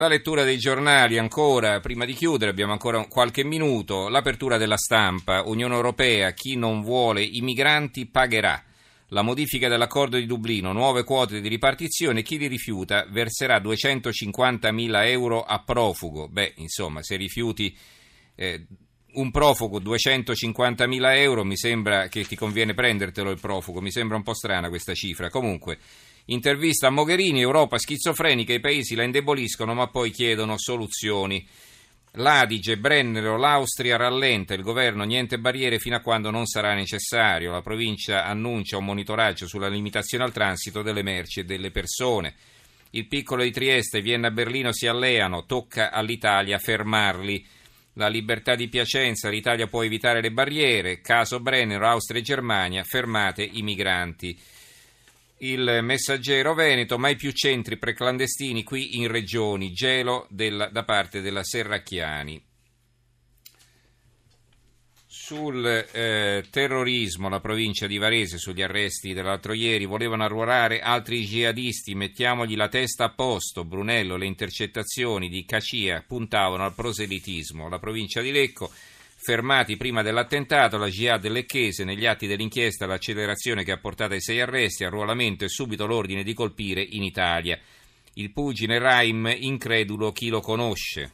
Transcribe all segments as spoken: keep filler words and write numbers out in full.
La lettura dei giornali ancora, prima di chiudere, abbiamo ancora qualche minuto, l'apertura della stampa, Unione Europea, chi non vuole i migranti pagherà. La modifica dell'accordo di Dublino, nuove quote di ripartizione, chi li rifiuta verserà duecentocinquantamila euro a profugo. Beh, insomma, se rifiuti eh, un profugo duecentocinquantamila euro, mi sembra che ti conviene prendertelo il profugo, mi sembra un po' strana questa cifra. Comunque, intervista a Mogherini, Europa schizofrenica, i paesi la indeboliscono ma poi chiedono soluzioni. L'Adige, Brennero, l'Austria rallenta, il governo niente barriere fino a quando non sarà necessario. La provincia annuncia un monitoraggio sulla limitazione al transito delle merci e delle persone. Il piccolo di Trieste, Vienna e Berlino si alleano, tocca all'Italia fermarli. La libertà di Piacenza, l'Italia può evitare le barriere. Caso Brennero, Austria e Germania, fermate i migranti. Il Messaggero Veneto, mai più centri preclandestini qui in regioni, gelo della, da parte della Serracchiani. Sul eh, terrorismo, la provincia di Varese, sugli arresti dell'altro ieri, volevano arruolare altri jihadisti, mettiamogli la testa a posto. Brunello, le intercettazioni di Cacia puntavano al proselitismo. La provincia di Lecco, fermati prima dell'attentato, la Jihad lecchese, negli atti dell'inchiesta l'accelerazione che ha portato ai sei arresti, arruolamento e subito l'ordine di colpire in Italia. Il pugile Raim, incredulo chi lo conosce.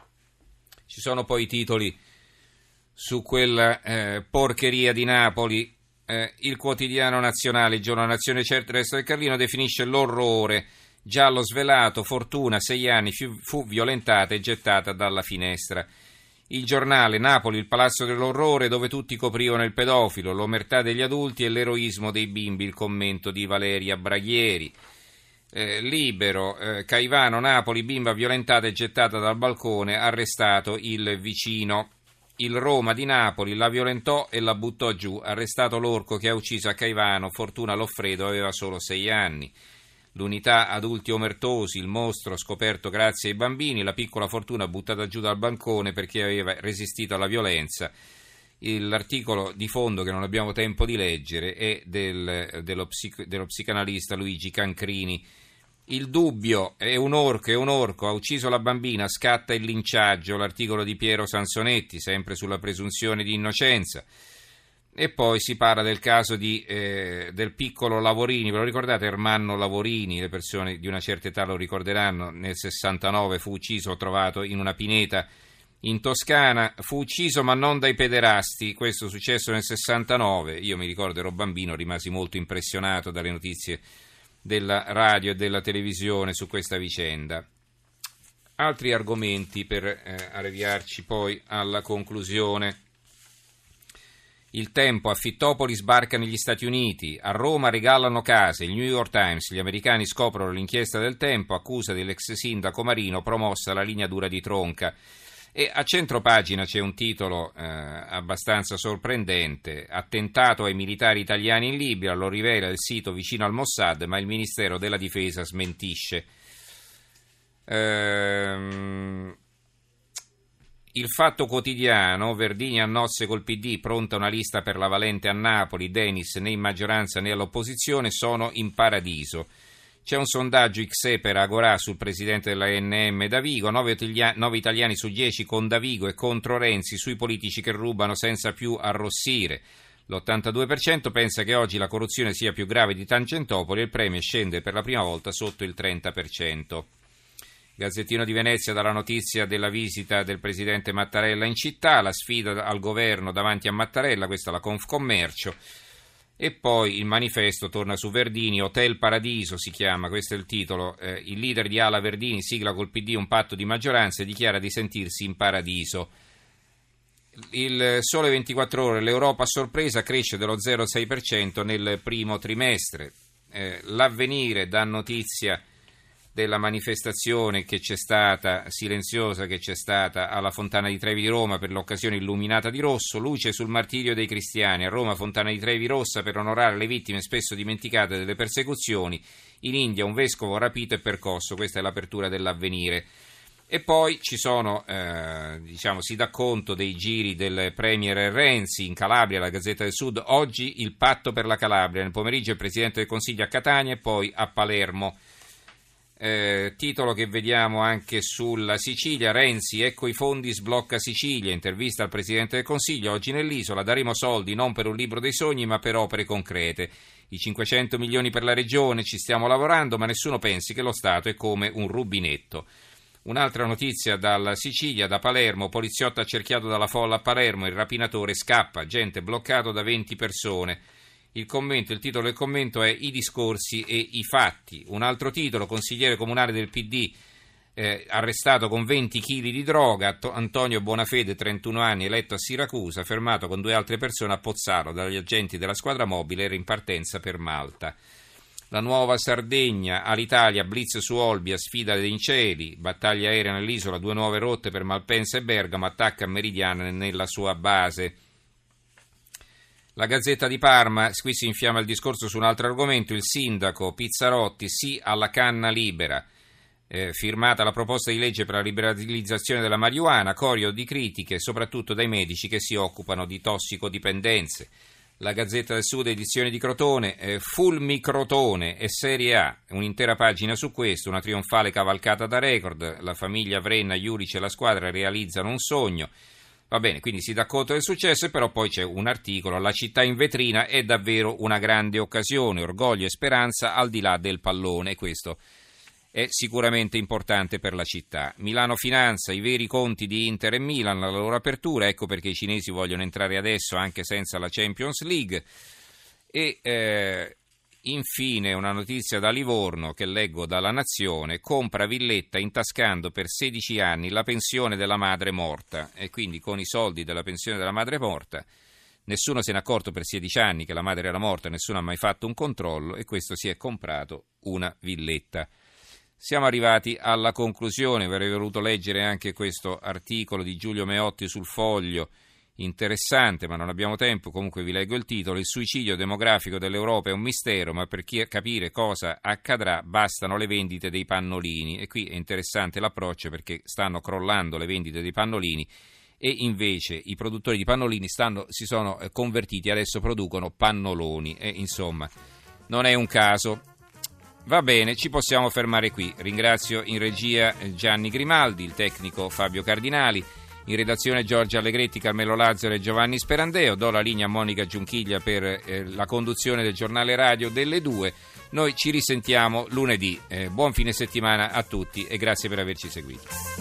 Ci sono poi i titoli su quella eh, porcheria di Napoli. Eh, il quotidiano nazionale, il giorno Nazione Certa, il Resto del Carlino, definisce l'orrore. Giallo svelato, Fortuna, sei anni, fu, fu violentata e gettata dalla finestra. Il giornale, Napoli, il palazzo dell'orrore dove tutti coprivano il pedofilo, l'omertà degli adulti e l'eroismo dei bimbi, il commento di Valeria Braghieri. Eh, Libero, eh, Caivano, Napoli, bimba violentata e gettata dal balcone, arrestato il vicino. Il Roma di Napoli la violentò e la buttò giù, arrestato l'orco che ha ucciso a Caivano, Fortuna Loffredo aveva solo sei anni. L'Unità, adulti omertosi, il mostro scoperto grazie ai bambini, la piccola Fortuna buttata giù dal bancone perché aveva resistito alla violenza. L'articolo di fondo che non abbiamo tempo di leggere è del, dello, psic, dello psicanalista Luigi Cancrini. Il dubbio, è un orco, è un orco, ha ucciso la bambina, scatta il linciaggio, l'articolo di Piero Sansonetti, sempre sulla presunzione di innocenza. E poi si parla del caso di, eh, del piccolo Lavorini, ve lo ricordate? Ermanno Lavorini, le persone di una certa età lo ricorderanno, nel sessantanove fu ucciso, trovato in una pineta in Toscana, fu ucciso ma non dai pederasti, questo è successo nel sessantanove, io mi ricordo, ero bambino, rimasi molto impressionato dalle notizie della radio e della televisione su questa vicenda. Altri argomenti per eh, arrivarci poi alla conclusione. Il Tempo, a Fittopoli sbarca negli Stati Uniti, a Roma regalano case, il New York Times, gli americani scoprono l'inchiesta del Tempo, accusa dell'ex sindaco Marino, promossa la linea dura di Tronca. E a centropagina c'è un titolo eh, abbastanza sorprendente, attentato ai militari italiani in Libia, lo rivela il sito vicino al Mossad, ma il Ministero della Difesa smentisce. Ehm... Il Fatto Quotidiano, Verdini a nozze col P D, pronta una lista per la Valente a Napoli, Denis né in maggioranza né all'opposizione, sono in paradiso. C'è un sondaggio X E per Agorà sul presidente della A N M Davigo, nove italiani su dieci con Davigo e contro Renzi sui politici che rubano senza più arrossire. L'ottantadue per cento pensa che oggi la corruzione sia più grave di Tangentopoli e il premio scende per la prima volta sotto il trenta per cento. Gazzettino di Venezia dalla notizia della visita del presidente Mattarella in città, la sfida al governo davanti a Mattarella, questa è la Confcommercio, e poi il manifesto torna su Verdini, Hotel Paradiso si chiama, questo è il titolo, eh, il leader di Ala Verdini sigla col P D un patto di maggioranza e dichiara di sentirsi in paradiso. Il Sole ventiquattro Ore, l'Europa a sorpresa cresce dello zero virgola sei per cento nel primo trimestre, eh, l'Avvenire dà notizia della manifestazione che c'è stata, silenziosa che c'è stata alla Fontana di Trevi di Roma per l'occasione illuminata di rosso, luce sul martirio dei cristiani, a Roma Fontana di Trevi rossa per onorare le vittime spesso dimenticate delle persecuzioni, in India un vescovo rapito e percosso, questa è l'apertura dell'Avvenire. E poi ci sono, eh, diciamo, si dà conto dei giri del premier Renzi in Calabria, la Gazzetta del Sud, oggi il patto per la Calabria, nel pomeriggio il Presidente del Consiglio a Catania e poi a Palermo. Eh, titolo che vediamo anche sulla Sicilia, Renzi, ecco i fondi, sblocca Sicilia, intervista al Presidente del Consiglio, oggi nell'isola, daremo soldi non per un libro dei sogni ma per opere concrete, i cinquecento milioni per la regione, ci stiamo lavorando ma nessuno pensi che lo Stato è come un rubinetto. Un'altra notizia dalla Sicilia, da Palermo, poliziotto accerchiato dalla folla a Palermo, il rapinatore scappa, gente bloccato da venti persone. Il commento, il titolo del commento è I discorsi e i fatti. Un altro titolo, consigliere comunale del P D eh, arrestato con venti chili di droga, Antonio Bonafede, trentuno anni, eletto a Siracusa, fermato con due altre persone a Pozzaro dagli agenti della squadra mobile, era in partenza per Malta. La Nuova Sardegna, all'Italia, blitz su Olbia, sfida dei cieli, battaglia aerea nell'isola, due nuove rotte per Malpensa e Bergamo, attacca a Meridiana nella sua base. La Gazzetta di Parma, qui si infiamma il discorso su un altro argomento, il sindaco Pizzarotti, sì alla canna libera, eh, firmata la proposta di legge per la liberalizzazione della marijuana, corio di critiche soprattutto dai medici che si occupano di tossicodipendenze. La Gazzetta del Sud, edizione di Crotone, eh, Fulmicrotone e Serie A, un'intera pagina su questo, una trionfale cavalcata da record, la famiglia Vrenna, Juric e la squadra realizzano un sogno. Va bene, quindi si dà conto del successo, però poi c'è un articolo, la città in vetrina è davvero una grande occasione, orgoglio e speranza al di là del pallone, questo è sicuramente importante per la città. Milano Finanza, i veri conti di Inter e Milan, la loro apertura, ecco perché i cinesi vogliono entrare adesso anche senza la Champions League. E eh, infine una notizia da Livorno che leggo dalla Nazione, compra villetta intascando per sedici anni la pensione della madre morta, e quindi con i soldi della pensione della madre morta nessuno se n'è accorto per sedici anni che la madre era morta, nessuno ha mai fatto un controllo e questo si è comprato una villetta. Siamo arrivati alla conclusione, avrei voluto leggere anche questo articolo di Giulio Meotti sul Foglio, interessante ma non abbiamo tempo, comunque vi leggo il titolo, il suicidio demografico dell'Europa è un mistero ma per chi capire cosa accadrà bastano le vendite dei pannolini, e qui è interessante l'approccio perché stanno crollando le vendite dei pannolini e invece i produttori di pannolini stanno, si sono convertiti e adesso producono pannoloni e insomma non è un caso. Va bene, ci possiamo fermare qui. Ringrazio in regia Gianni Grimaldi, il tecnico Fabio Cardinali, in redazione Giorgio Allegretti, Carmelo Lazzaro e Giovanni Sperandeo. Do la linea a Monica Giunchiglia per eh, la conduzione del giornale radio delle due. Noi ci risentiamo lunedì. Eh, buon fine settimana a tutti e grazie per averci seguito.